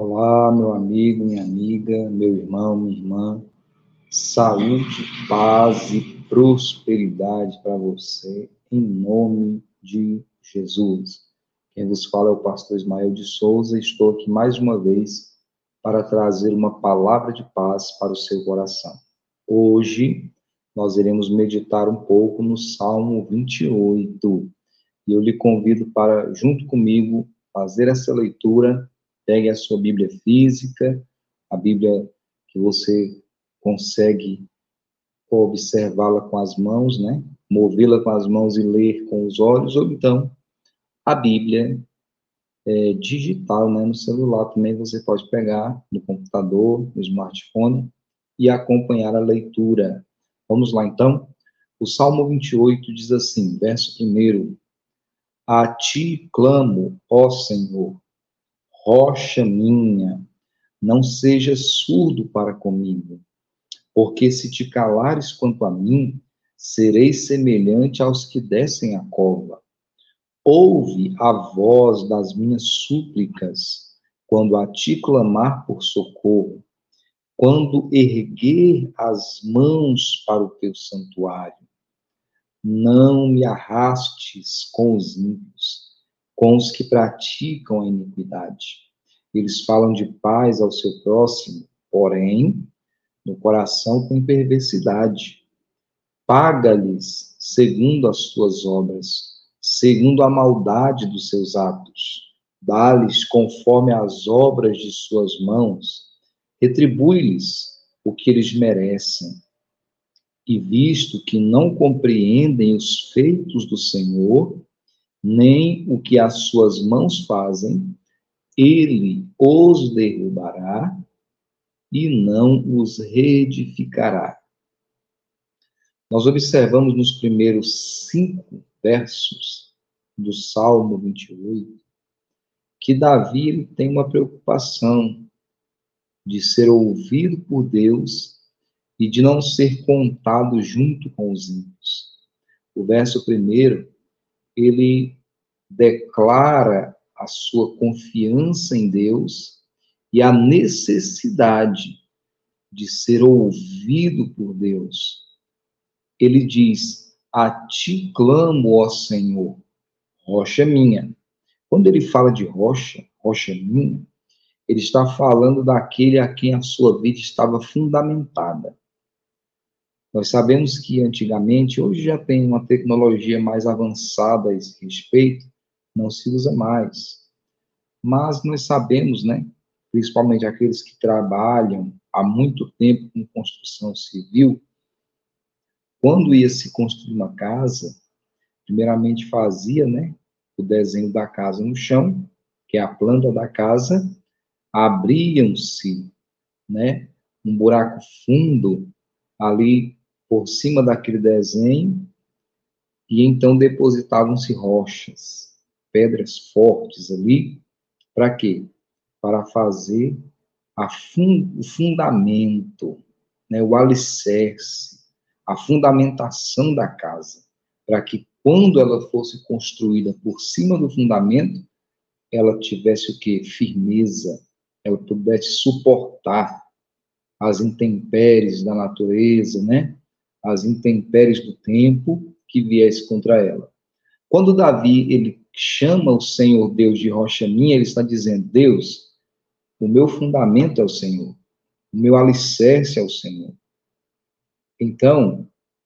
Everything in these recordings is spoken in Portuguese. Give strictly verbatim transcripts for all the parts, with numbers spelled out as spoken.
Olá, meu amigo, minha amiga, meu irmão, minha irmã. Saúde, paz e prosperidade para você, em nome de Jesus. Quem vos fala é o pastor Ismael de Souza. Estou aqui mais uma vez para trazer uma palavra de paz para o seu coração. Hoje, nós iremos meditar um pouco no Salmo vinte e oito. E eu lhe convido para, junto comigo, fazer essa leitura. Pegue a sua Bíblia física, a Bíblia que você consegue observá-la com as mãos, né? Movê-la com as mãos e ler com os olhos, ou então a Bíblia é, digital, né? No celular também você pode pegar, no computador, no smartphone, e acompanhar a leitura. Vamos lá, então? O Salmo vinte e oito diz assim, verso primeiro: A ti clamo, ó Senhor, rocha minha, não sejas surdo para comigo, porque se te calares quanto a mim, serei semelhante aos que descem a cova. Ouve a voz das minhas súplicas, quando a ti clamar por socorro, quando erguer as mãos para o teu santuário. Não me arrastes com os ímpios, com os que praticam a iniquidade. Eles falam de paz ao seu próximo, porém, no coração tem perversidade. Paga-lhes segundo as suas obras, segundo a maldade dos seus atos. Dá-lhes conforme as obras de suas mãos. Retribui-lhes o que eles merecem. E visto que não compreendem os feitos do Senhor, nem o que as suas mãos fazem, ele os derrubará e não os reedificará. Nós observamos nos primeiros cinco versos do Salmo vinte e oito que Davi ele tem uma preocupação de ser ouvido por Deus e de não ser contado junto com os ímpios. O verso primeiro, ele declara a sua confiança em Deus e a necessidade de ser ouvido por Deus. Ele diz: a ti clamo, ó Senhor, rocha minha. Quando ele fala de rocha, rocha minha, ele está falando daquele a quem a sua vida estava fundamentada. Nós sabemos que antigamente, hoje já tem uma tecnologia mais avançada a esse respeito, não se usa mais. Mas nós sabemos, né, principalmente aqueles que trabalham há muito tempo com construção civil, quando ia se construir uma casa, primeiramente fazia, né, o desenho da casa no chão, que é a planta da casa, abriam-se, né, um buraco fundo ali por cima daquele desenho, e então depositavam-se rochas, pedras fortes ali, para quê? Para fazer a fun o fundamento, né, o alicerce, a fundamentação da casa, para que quando ela fosse construída por cima do fundamento, ela tivesse o quê? Firmeza, ela pudesse suportar as intempéries da natureza, né? As intempéries do tempo que viesse contra ela. Quando Davi, ele chama o Senhor Deus de rocha minha, ele está dizendo: Deus, o meu fundamento é o Senhor, o meu alicerce é o Senhor. Então,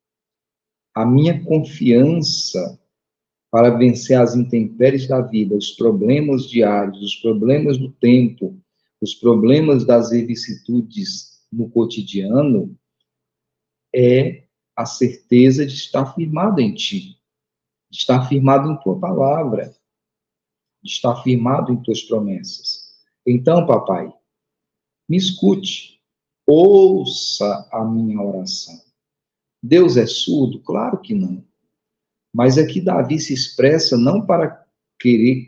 a minha confiança para vencer as intempéries da vida, os problemas diários, os problemas do tempo, os problemas das vicissitudes no cotidiano, é a certeza de estar firmado em ti, de estar firmado em tua palavra, de estar firmado em tuas promessas. Então, papai, me escute, ouça a minha oração. Deus é surdo? Claro que não. Mas aqui Davi se expressa não para querer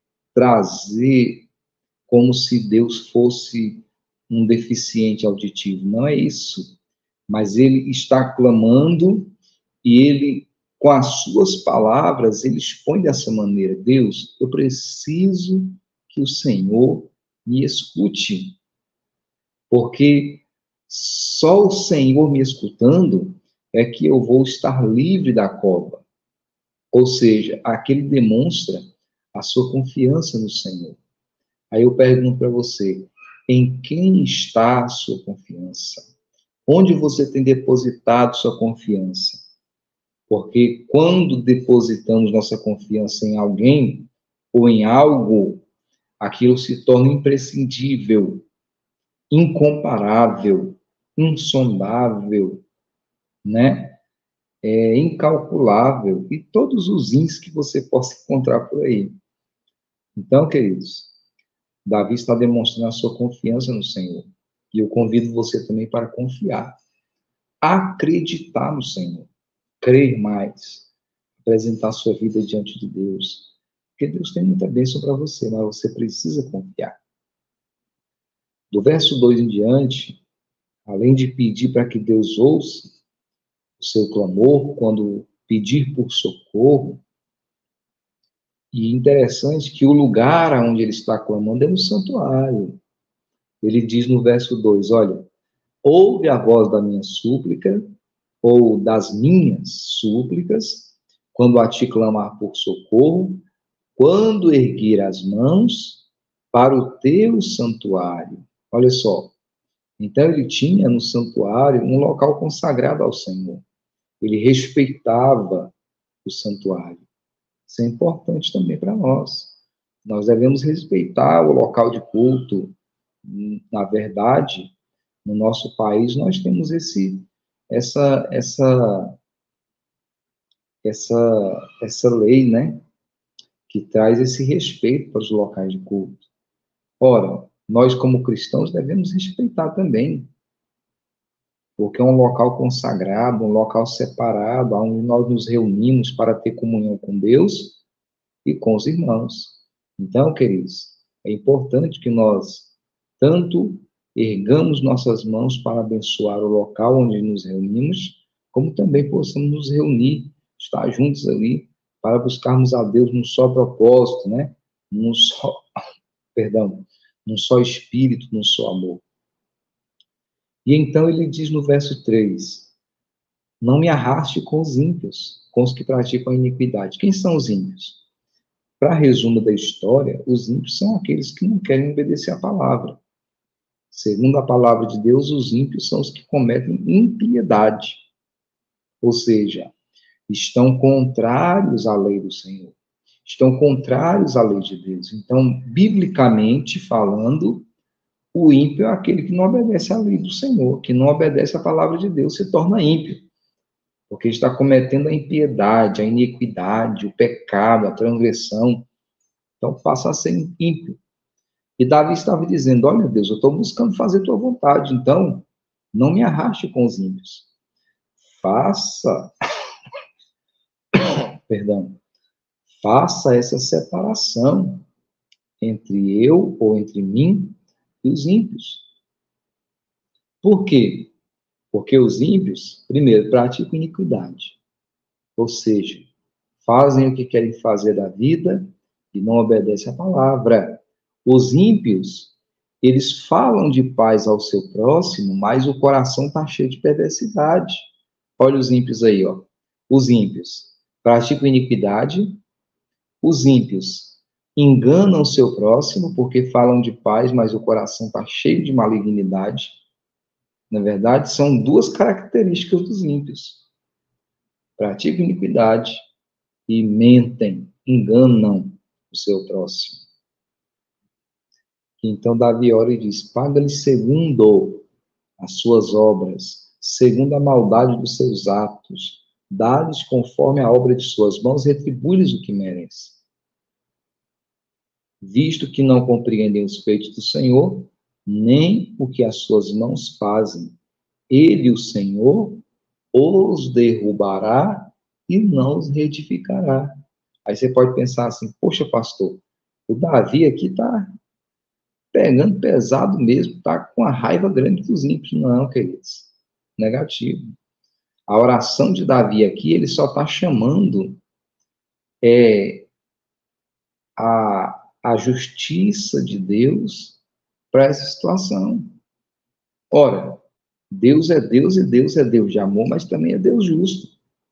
trazer como se Deus fosse um deficiente auditivo. Não é isso. Mas ele está clamando e ele, com as suas palavras, ele expõe dessa maneira: Deus, eu preciso que o Senhor me escute, porque só o Senhor me escutando é que eu vou estar livre da cova. Ou seja, aquele demonstra a sua confiança no Senhor. Aí eu pergunto para você, em quem está a sua confiança? Onde você tem depositado sua confiança? Porque quando depositamos nossa confiança em alguém ou em algo, aquilo se torna imprescindível, incomparável, insondável, né? É incalculável, e todos os ins que você possa encontrar por aí. Então, queridos, Davi está demonstrando a sua confiança no Senhor. E eu convido você também para confiar, acreditar no Senhor, crer mais, apresentar sua vida diante de Deus. Porque Deus tem muita bênção para você, mas você precisa confiar. Do verso dois em diante, além de pedir para que Deus ouça o seu clamor, quando pedir por socorro, e interessante que o lugar onde ele está clamando é no santuário. Ele diz no verso dois, olha, ouve a voz da minha súplica, ou das minhas súplicas, quando a ti clamar por socorro, quando erguer as mãos para o teu santuário. Olha só, então ele tinha no santuário um local consagrado ao Senhor. Ele respeitava o santuário. Isso é importante também para nós. Nós devemos respeitar o local de culto. Na verdade, no nosso país, nós temos esse, essa, essa, essa, essa lei, né? Que traz esse respeito para os locais de culto. Ora, nós como cristãos devemos respeitar também, porque é um local consagrado, um local separado, onde nós nos reunimos para ter comunhão com Deus e com os irmãos. Então, queridos, é importante que nós tanto ergamos nossas mãos para abençoar o local onde nos reunimos, como também possamos nos reunir, estar juntos ali, para buscarmos a Deus num só propósito, né? Num só, perdão, num só espírito, num só amor. E então ele diz no verso três, não me arraste com os ímpios, com os que praticam a iniquidade. Quem são os ímpios? Para resumo da história, os ímpios são aqueles que não querem obedecer a palavra. Segundo a palavra de Deus, os ímpios são os que cometem impiedade. Ou seja, estão contrários à lei do Senhor. Estão contrários à lei de Deus. Então, biblicamente falando, o ímpio é aquele que não obedece à lei do Senhor, que não obedece à palavra de Deus, se torna ímpio. Porque está cometendo a impiedade, a iniquidade, o pecado, a transgressão. Então, passa a ser ímpio. E Davi estava dizendo, olha Deus, eu estou buscando fazer tua vontade, então não me arraste com os ímpios. Faça, perdão, faça essa separação entre eu ou entre mim e os ímpios. Por quê? Porque os ímpios, primeiro, praticam iniquidade. Ou seja, fazem o que querem fazer da vida e não obedecem à palavra. Os ímpios, eles falam de paz ao seu próximo, mas o coração está cheio de perversidade. Olha os ímpios aí, ó. Os ímpios praticam iniquidade, os ímpios enganam o seu próximo porque falam de paz, mas o coração está cheio de malignidade. Na verdade, são duas características dos ímpios. Praticam iniquidade e mentem, enganam o seu próximo. Então, Davi ora e diz, paga-lhe segundo as suas obras, segundo a maldade dos seus atos, dá-lhes conforme a obra de suas mãos, retribui-lhes o que merece. Visto que não compreendem os feitos do Senhor, nem o que as suas mãos fazem. Ele, o Senhor, os derrubará e não os reedificará. Aí você pode pensar assim, poxa, pastor, o Davi aqui está pegando pesado mesmo, está com a raiva grande dos ímpios. Não, queridos, negativo. A oração de Davi aqui, ele só está chamando é, a, a justiça de Deus para essa situação. Ora, Deus é Deus e Deus é Deus de amor, mas também é Deus justo.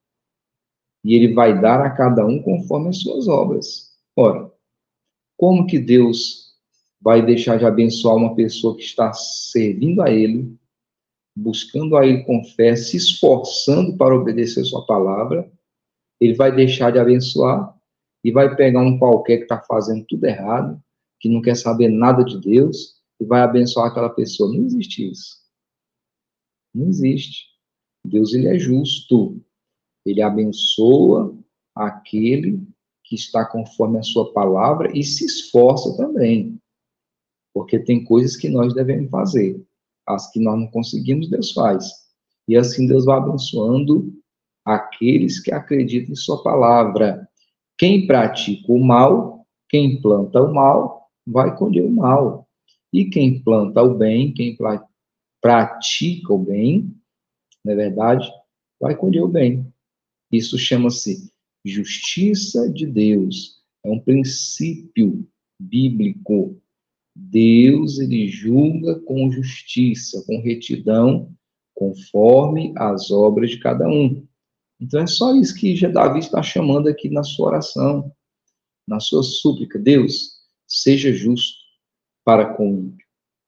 E ele vai dar a cada um conforme as suas obras. Ora, como que Deus vai deixar de abençoar uma pessoa que está servindo a ele, buscando a ele com fé, se esforçando para obedecer a sua palavra? Ele vai deixar de abençoar e vai pegar um qualquer que está fazendo tudo errado, que não quer saber nada de Deus, e vai abençoar aquela pessoa. Não existe isso. Não existe. Deus, ele é justo. Ele abençoa aquele que está conforme a sua palavra e se esforça também. Porque tem coisas que nós devemos fazer. As que nós não conseguimos, Deus faz. E assim Deus vai abençoando aqueles que acreditam em sua palavra. Quem pratica o mal, quem planta o mal, vai colher o mal. E quem planta o bem, quem pratica o bem, não é verdade, vai colher o bem. Isso chama-se justiça de Deus. É um princípio bíblico. Deus, ele julga com justiça, com retidão, conforme as obras de cada um. Então é só isso que Davi está chamando aqui na sua oração, na sua súplica. Deus, seja justo para com o ímpio.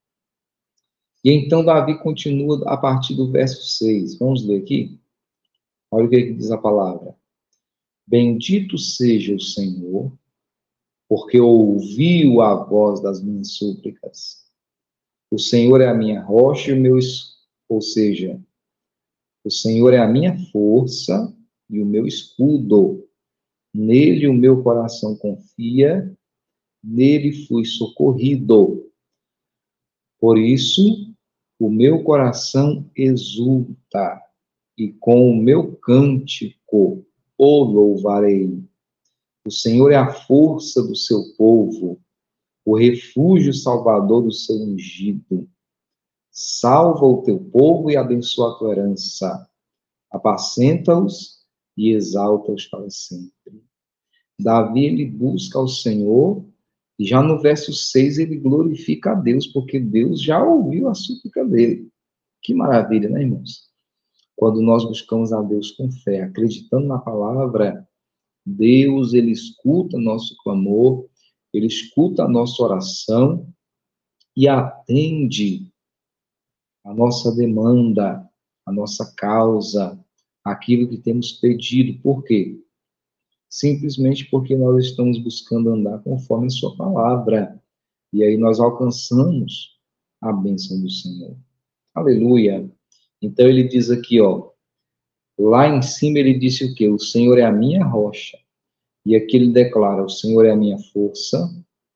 E então Davi continua a partir do verso seis. Vamos ler aqui? Olha o que diz a palavra. Bendito seja o Senhor, porque ouviu a voz das minhas súplicas. O Senhor é a minha rocha e o meu, ou seja, o Senhor é a minha força e o meu escudo. Nele o meu coração confia, nele fui socorrido. Por isso, o meu coração exulta, e com o meu cântico o louvarei. O Senhor é a força do seu povo, o refúgio salvador do seu ungido. Salva o teu povo e abençoa a tua herança. Apacenta-os e exalta-os para sempre. Davi, ele busca ao Senhor, e já no verso seis ele glorifica a Deus, porque Deus já ouviu a súplica dele. Que maravilha, né, irmãos? Quando nós buscamos a Deus com fé, acreditando na palavra, Deus, ele escuta nosso clamor, ele escuta a nossa oração e atende a nossa demanda, a nossa causa, aquilo que temos pedido. Por quê? Simplesmente porque nós estamos buscando andar conforme a sua palavra. E aí nós alcançamos a bênção do Senhor. Aleluia. Então ele diz aqui, ó, lá em cima ele disse o quê? O Senhor é a minha rocha. E aqui ele declara, o Senhor é a minha força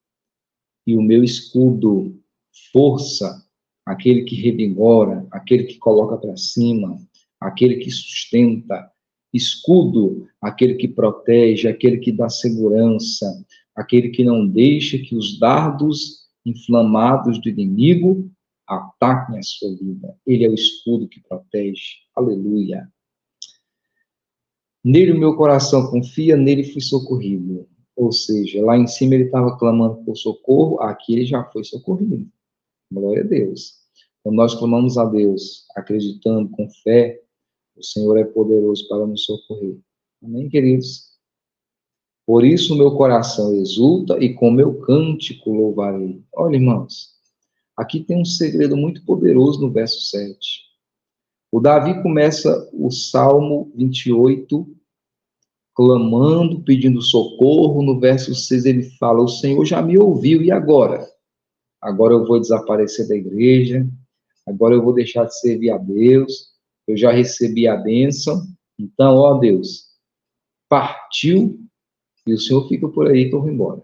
e o meu escudo. Força, aquele que revigora, aquele que coloca para cima, aquele que sustenta. Escudo, aquele que protege, aquele que dá segurança, aquele que não deixa que os dardos inflamados do inimigo ataquem a sua vida. Ele é o escudo que protege. Aleluia. Nele o meu coração confia, nele fui socorrido. Ou seja, lá em cima ele estava clamando por socorro, aqui ele já foi socorrido. Glória a Deus. Quando nós clamamos a Deus, acreditando com fé, o Senhor é poderoso para nos socorrer. Amém, queridos? Por isso o meu coração exulta e com meu cântico louvarei. Olha, irmãos, aqui tem um segredo muito poderoso no verso sete. O Davi começa o Salmo vinte e oito clamando, pedindo socorro. No verso seis ele fala, o Senhor já me ouviu, e agora? Agora eu vou desaparecer da igreja, agora eu vou deixar de servir a Deus, eu já recebi a bênção, então, ó Deus, partiu, e o Senhor fica por aí que eu vou embora.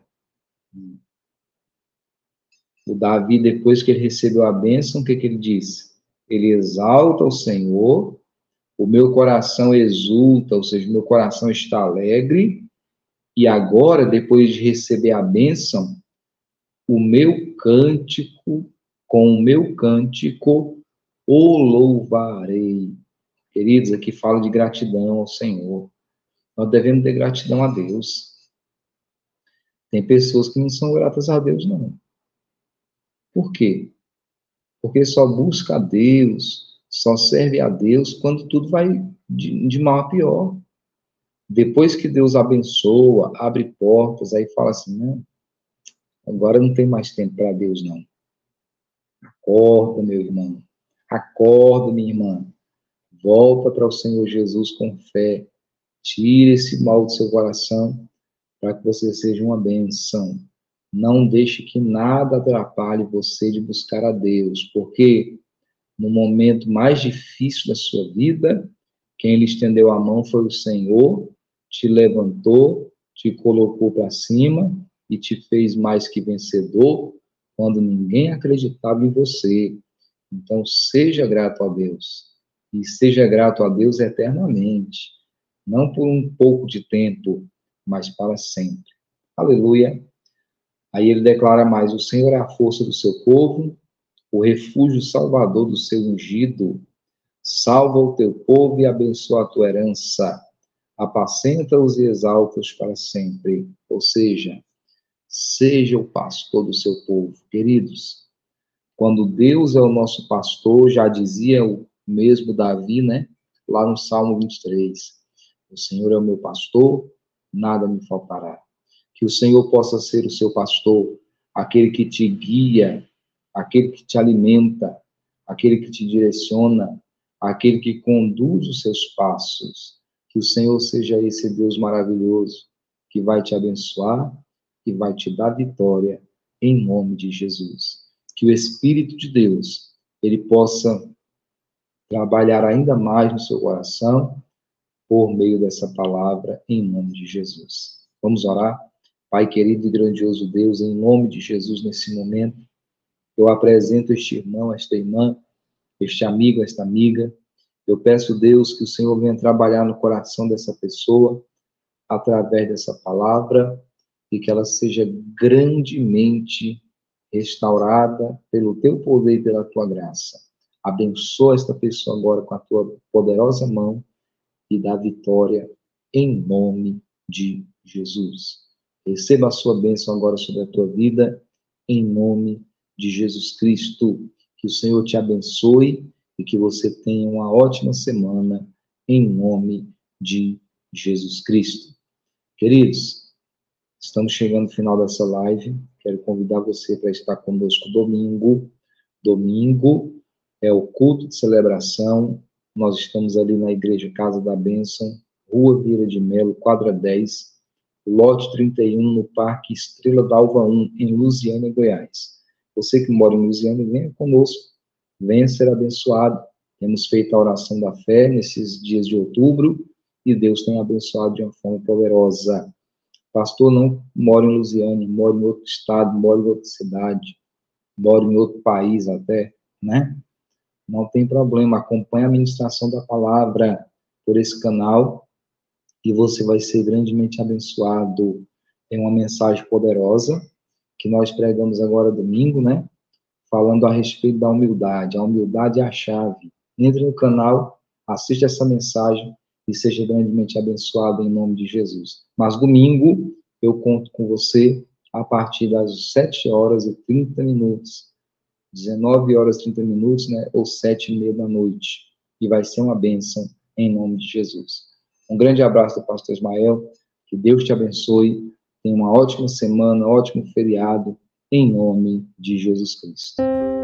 O Davi, depois que ele recebeu a bênção, o que, que ele disse? Ele exalta o Senhor, o meu coração exulta, ou seja, o meu coração está alegre, e agora, depois de receber a bênção, o meu cântico, com o meu cântico, o louvarei. Queridos, aqui fala de gratidão ao Senhor. Nós devemos ter gratidão a Deus. Tem pessoas que não são gratas a Deus, não. Por quê? Porque só busca a Deus, só serve a Deus quando tudo vai de, de mal a pior. Depois que Deus abençoa, abre portas, aí fala assim, não, agora não tem mais tempo para Deus, não. Acorda, meu irmão. Acorda, minha irmã. Volta para o Senhor Jesus com fé. Tire esse mal do seu coração para que você seja uma bênção. Não deixe que nada atrapalhe você de buscar a Deus, porque no momento mais difícil da sua vida, quem lhe estendeu a mão foi o Senhor, te levantou, te colocou para cima e te fez mais que vencedor quando ninguém acreditava em você. Então, seja grato a Deus. E seja grato a Deus eternamente. Não por um pouco de tempo, mas para sempre. Aleluia. Aí ele declara mais: o Senhor é a força do seu povo, o refúgio salvador do seu ungido. Salva o teu povo e abençoa a tua herança. Apacenta-os e exalta-os para sempre. Ou seja, seja o pastor do seu povo. Queridos, quando Deus é o nosso pastor, já dizia o mesmo Davi, né? Lá no Salmo vinte e três. O Senhor é o meu pastor, nada me faltará. Que o Senhor possa ser o seu pastor, aquele que te guia, aquele que te alimenta, aquele que te direciona, aquele que conduz os seus passos. Que o Senhor seja esse Deus maravilhoso, que vai te abençoar, que vai te dar vitória, em nome de Jesus. Que o Espírito de Deus, ele possa trabalhar ainda mais no seu coração, por meio dessa palavra, em nome de Jesus. Vamos orar? Pai querido e grandioso Deus, em nome de Jesus, nesse momento, eu apresento este irmão, esta irmã, este amigo, esta amiga. Eu peço, Deus, que o Senhor venha trabalhar no coração dessa pessoa, através dessa palavra, e que ela seja grandemente restaurada pelo teu poder e pela tua graça. Abençoa esta pessoa agora com a tua poderosa mão e dá vitória em nome de Jesus. Receba a sua bênção agora sobre a tua vida, em nome de Jesus Cristo. Que o Senhor te abençoe e que você tenha uma ótima semana, em nome de Jesus Cristo. Queridos, estamos chegando ao final dessa live. Quero convidar você para estar conosco domingo. Domingo é o culto de celebração. Nós estamos ali na Igreja Casa da Bênção, Rua Vieira de Melo, quadra dez, lote trinta e um, no Parque Estrela d'Alva um, em Lusiânia, Goiás. Você que mora em Lusiânia, venha conosco, venha ser abençoado. Temos feito a oração da fé nesses dias de outubro e Deus tem abençoado de uma forma poderosa. Pastor, não moro em Lusiânia, moro em outro estado, moro em outra cidade, moro em outro país até, né? Não tem problema, acompanhe a ministração da palavra por esse canal e você vai ser grandemente abençoado. Tem uma mensagem poderosa que nós pregamos agora domingo, né? Falando a respeito da humildade. A humildade é a chave. Entre no canal, assiste essa mensagem e seja grandemente abençoado em nome de Jesus. Mas domingo eu conto com você a partir das sete horas e trinta minutos. dezenove horas e trinta minutos, né, ou sete e meia da noite, e vai ser uma bênção em nome de Jesus. Um grande abraço do pastor Ismael, que Deus te abençoe, tenha uma ótima semana, ótimo feriado, em nome de Jesus Cristo.